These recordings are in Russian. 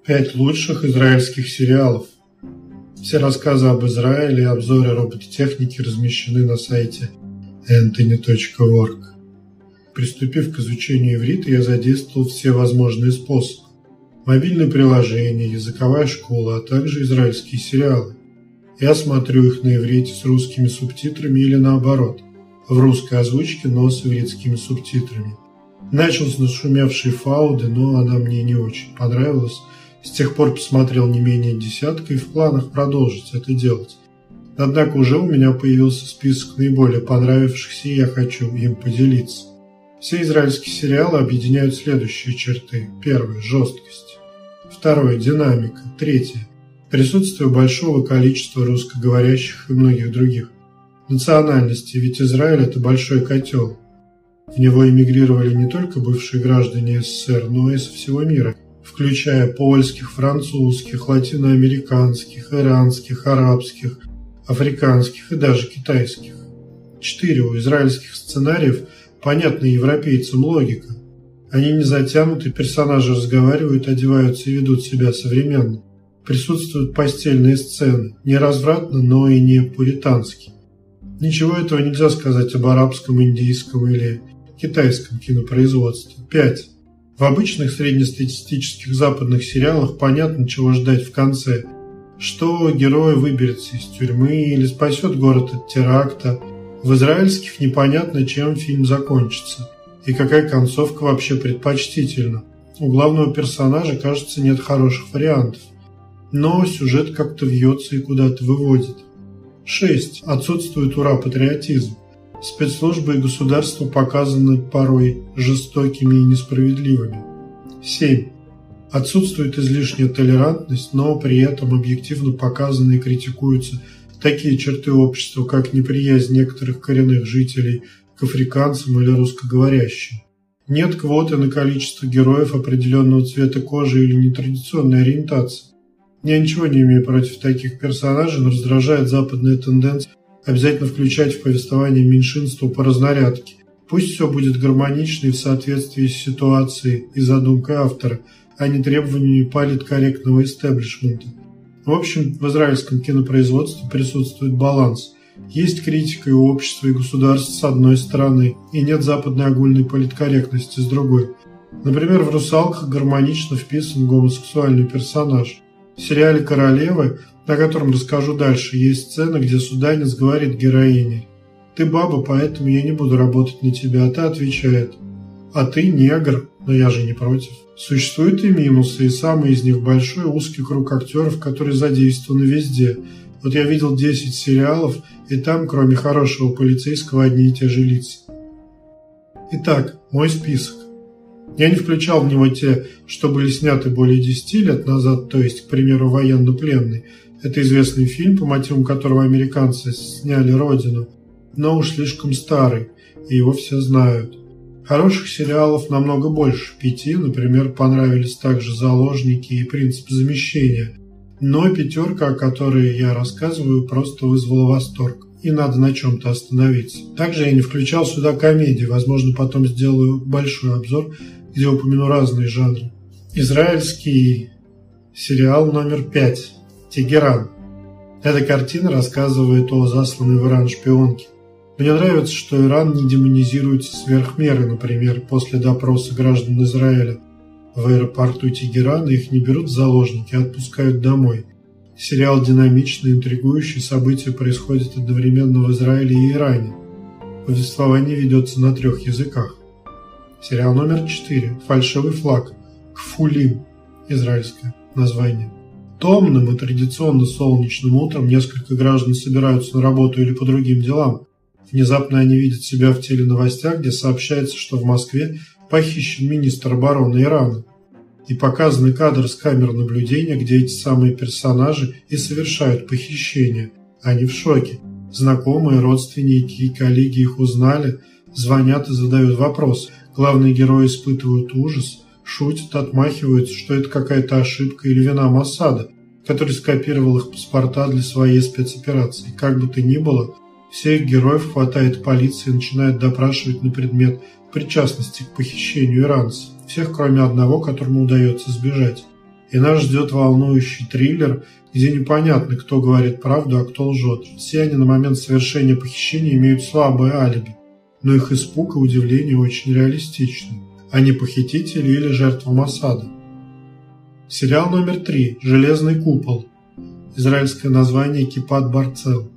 5 лучших израильских сериалов. Все рассказы об Израиле и обзоры робототехники размещены на сайте anthony.org. Приступив к изучению иврита, я задействовал все возможные способы. Мобильные приложения, языковая школа, а также израильские сериалы. Я смотрю их на иврите с русскими субтитрами или наоборот, в русской озвучке, но с ивритскими субтитрами. Начал с нашумевшей Фауды, но она мне не очень понравилась. С тех пор посмотрел не менее десятка и в планах продолжить это делать. Однако уже у меня появился список наиболее понравившихся, и я хочу им поделиться. Все израильские сериалы объединяют следующие черты. Первое – жесткость. Второе – динамика. Третье – присутствие большого количества русскоговорящих и многих других. Национальности, ведь Израиль – это большой котел. В него эмигрировали не только бывшие граждане СССР, но и со всего мира, включая польских, французских, латиноамериканских, иранских, арабских, африканских и даже китайских. 4. У израильских сценариев понятна европейцам логика. Они не затянуты, персонажи разговаривают, одеваются и ведут себя современно. Присутствуют постельные сцены, не развратно, но и не пуритански. Ничего этого нельзя сказать об арабском, индийском или китайском кинопроизводстве. 5. В обычных среднестатистических западных сериалах понятно, чего ждать в конце. Что герой выберется из тюрьмы или спасет город от теракта. В израильских непонятно, чем фильм закончится. И какая концовка вообще предпочтительна. У главного персонажа, кажется, нет хороших вариантов. Но сюжет как-то вьется и куда-то выводит. 6. Отсутствует ура-патриотизм. Спецслужбы и государство показаны порой жестокими и несправедливыми. 7. Отсутствует излишняя толерантность, но при этом объективно показаны и критикуются такие черты общества, как неприязнь некоторых коренных жителей к африканцам или русскоговорящим. Нет квоты на количество героев определенного цвета кожи или нетрадиционной ориентации. Я ничего не имею против таких персонажей, но раздражает западная тенденция обязательно включать в повествование меньшинство по разнарядке. Пусть все будет гармонично и в соответствии с ситуацией и задумкой автора, а не требованиями политкорректного истеблишмента. В общем, в израильском кинопроизводстве присутствует баланс. Есть критика и общества, и государства с одной стороны, и нет западной огульной политкорректности с другой. Например, в «Русалках» гармонично вписан гомосексуальный персонаж. В сериале «Королевы», о котором расскажу дальше, есть сцена, где суданец говорит героине: «Ты баба, поэтому я не буду работать на тебя», а та отвечает: «А ты негр, но я же не против». Существуют и минусы, и самый из них большой узкий круг актеров, которые задействованы везде. Вот я видел 10 сериалов, и там, кроме хорошего полицейского, одни и те же лица. Итак, мой список. Я не включал в него те, что были сняты более 10 лет назад, то есть, к примеру, «Военнопленный». Это известный фильм, по мотивам которого американцы сняли «Родину», но уж слишком старый, и его все знают. Хороших сериалов намного больше, 5, например, понравились также «Заложники» и «Принцип замещения». Но 5, о которой я рассказываю, просто вызвала восторг, и надо на чем-то остановиться. Также я не включал сюда комедии, возможно, потом сделаю большой обзор, где упомяну разные жанры. Израильский сериал номер 5 «Тегеран». Эта картина рассказывает о засланной в Иран шпионке. Мне нравится, что Иран не демонизируется сверх меры, например, после допроса граждан Израиля. В аэропорту Тегерана их не берут в заложники, а отпускают домой. Сериал динамичный, интригующий, события происходят одновременно в Израиле и Иране. Повествование ведется на 3 языках. Сериал номер 4 «Фальшивый флаг», «Кфулим», израильское название. Томным и традиционно солнечным утром несколько граждан собираются на работу или по другим делам. Внезапно они видят себя в теленовостях, где сообщается, что в Москве похищен министр обороны Ирана. И показаны кадры с камер наблюдения, где эти самые персонажи и совершают похищение. Они в шоке. Знакомые, родственники и коллеги их узнали, звонят и задают вопросы. Главные герои испытывают ужас, шутят, отмахиваются, что это какая-то ошибка или вина Моссада, который скопировал их паспорта для своей спецоперации. Как бы то ни было, всех героев хватает полиция и начинает допрашивать на предмет причастности к похищению иранцев. Всех, кроме одного, которому удается сбежать. И нас ждет волнующий триллер, где непонятно, кто говорит правду, а кто лжет. Все они на момент совершения похищения имеют слабое алиби, но их испуг и удивление очень реалистичны. Они похитители или жертва Моссада. Сериал номер 3. «Железный купол». Израильское название «Кипат Барцел».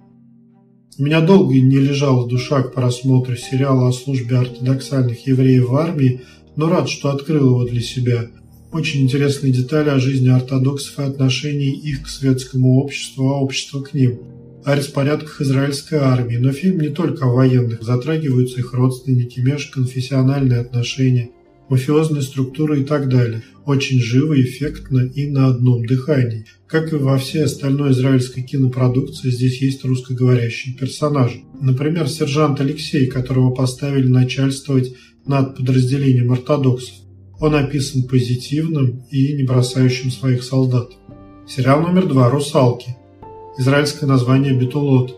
У меня долго не лежала душа к просмотру сериала о службе ортодоксальных евреев в армии, но рад, что открыл его для себя. Очень интересные детали о жизни ортодоксов и отношении их к светскому обществу, а общества к ним. О распорядках израильской армии, но фильм не только о военных, затрагиваются их родственники, межконфессиональные отношения, мафиозные структуры и так далее. Очень живо, эффектно и на одном дыхании. Как и во всей остальной израильской кинопродукции, здесь есть русскоговорящие персонажи. Например, сержант Алексей, которого поставили начальствовать над подразделением ортодоксов. Он описан позитивным и не бросающим своих солдат. Сериал номер 2. «Русалки». Израильское название «Бетулот».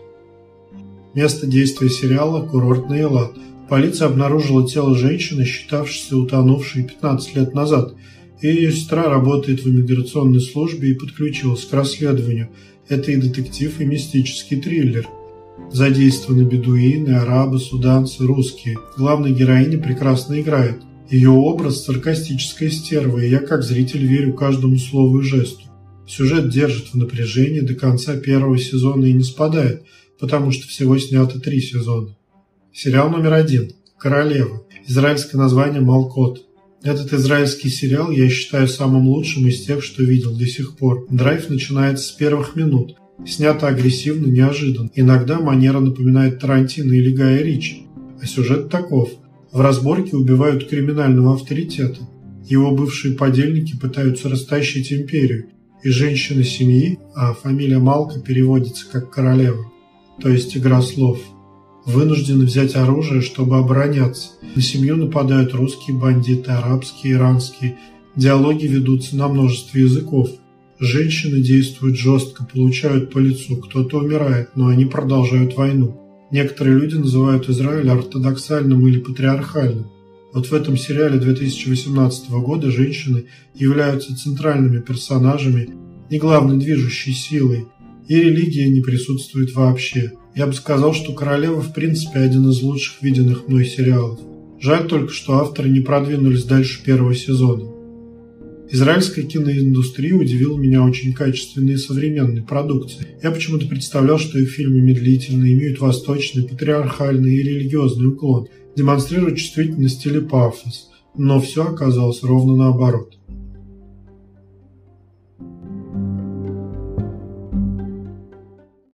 Место действия сериала – курортный Эйлат. Полиция обнаружила тело женщины, считавшейся утонувшей 15 лет назад. Ее сестра работает в иммиграционной службе и подключилась к расследованию. Это и детектив, и мистический триллер. Задействованы бедуины, арабы, суданцы, русские. Главная героиня прекрасно играет. Ее образ – саркастическая стерва, и я как зритель верю каждому слову и жесту. Сюжет держит в напряжении до конца первого сезона и не спадает, потому что всего снято 3 сезона. Сериал номер 1. «Королева». Израильское название «Малкот». Этот израильский сериал я считаю самым лучшим из тех, что видел до сих пор. Драйв начинается с первых минут. Снято агрессивно, неожиданно. Иногда манера напоминает Тарантино или Гая Ричи. А сюжет таков. В разборке убивают криминального авторитета. Его бывшие подельники пытаются растащить империю. И женщина семьи, а фамилия Малка переводится как «королева», то есть игра слов, вынуждены взять оружие, чтобы обороняться. На семью нападают русские бандиты, арабские, иранские. Диалоги ведутся на множестве языков. Женщины действуют жестко, получают по лицу, кто-то умирает, но они продолжают войну. Некоторые люди называют Израиль ортодоксальным или патриархальным. Вот в этом сериале 2018 года женщины являются центральными персонажами и главной движущей силой, и религия не присутствует вообще. Я бы сказал, что «Королева» в принципе один из лучших виденных мной сериалов. Жаль только, что авторы не продвинулись дальше первого сезона. Израильская киноиндустрия удивила меня очень качественной и современной продукцией. Я почему-то представлял, что их фильмы медлительные, имеют восточный, патриархальный и религиозный уклон, демонстрируют чувствительность или пафос, но все оказалось ровно наоборот.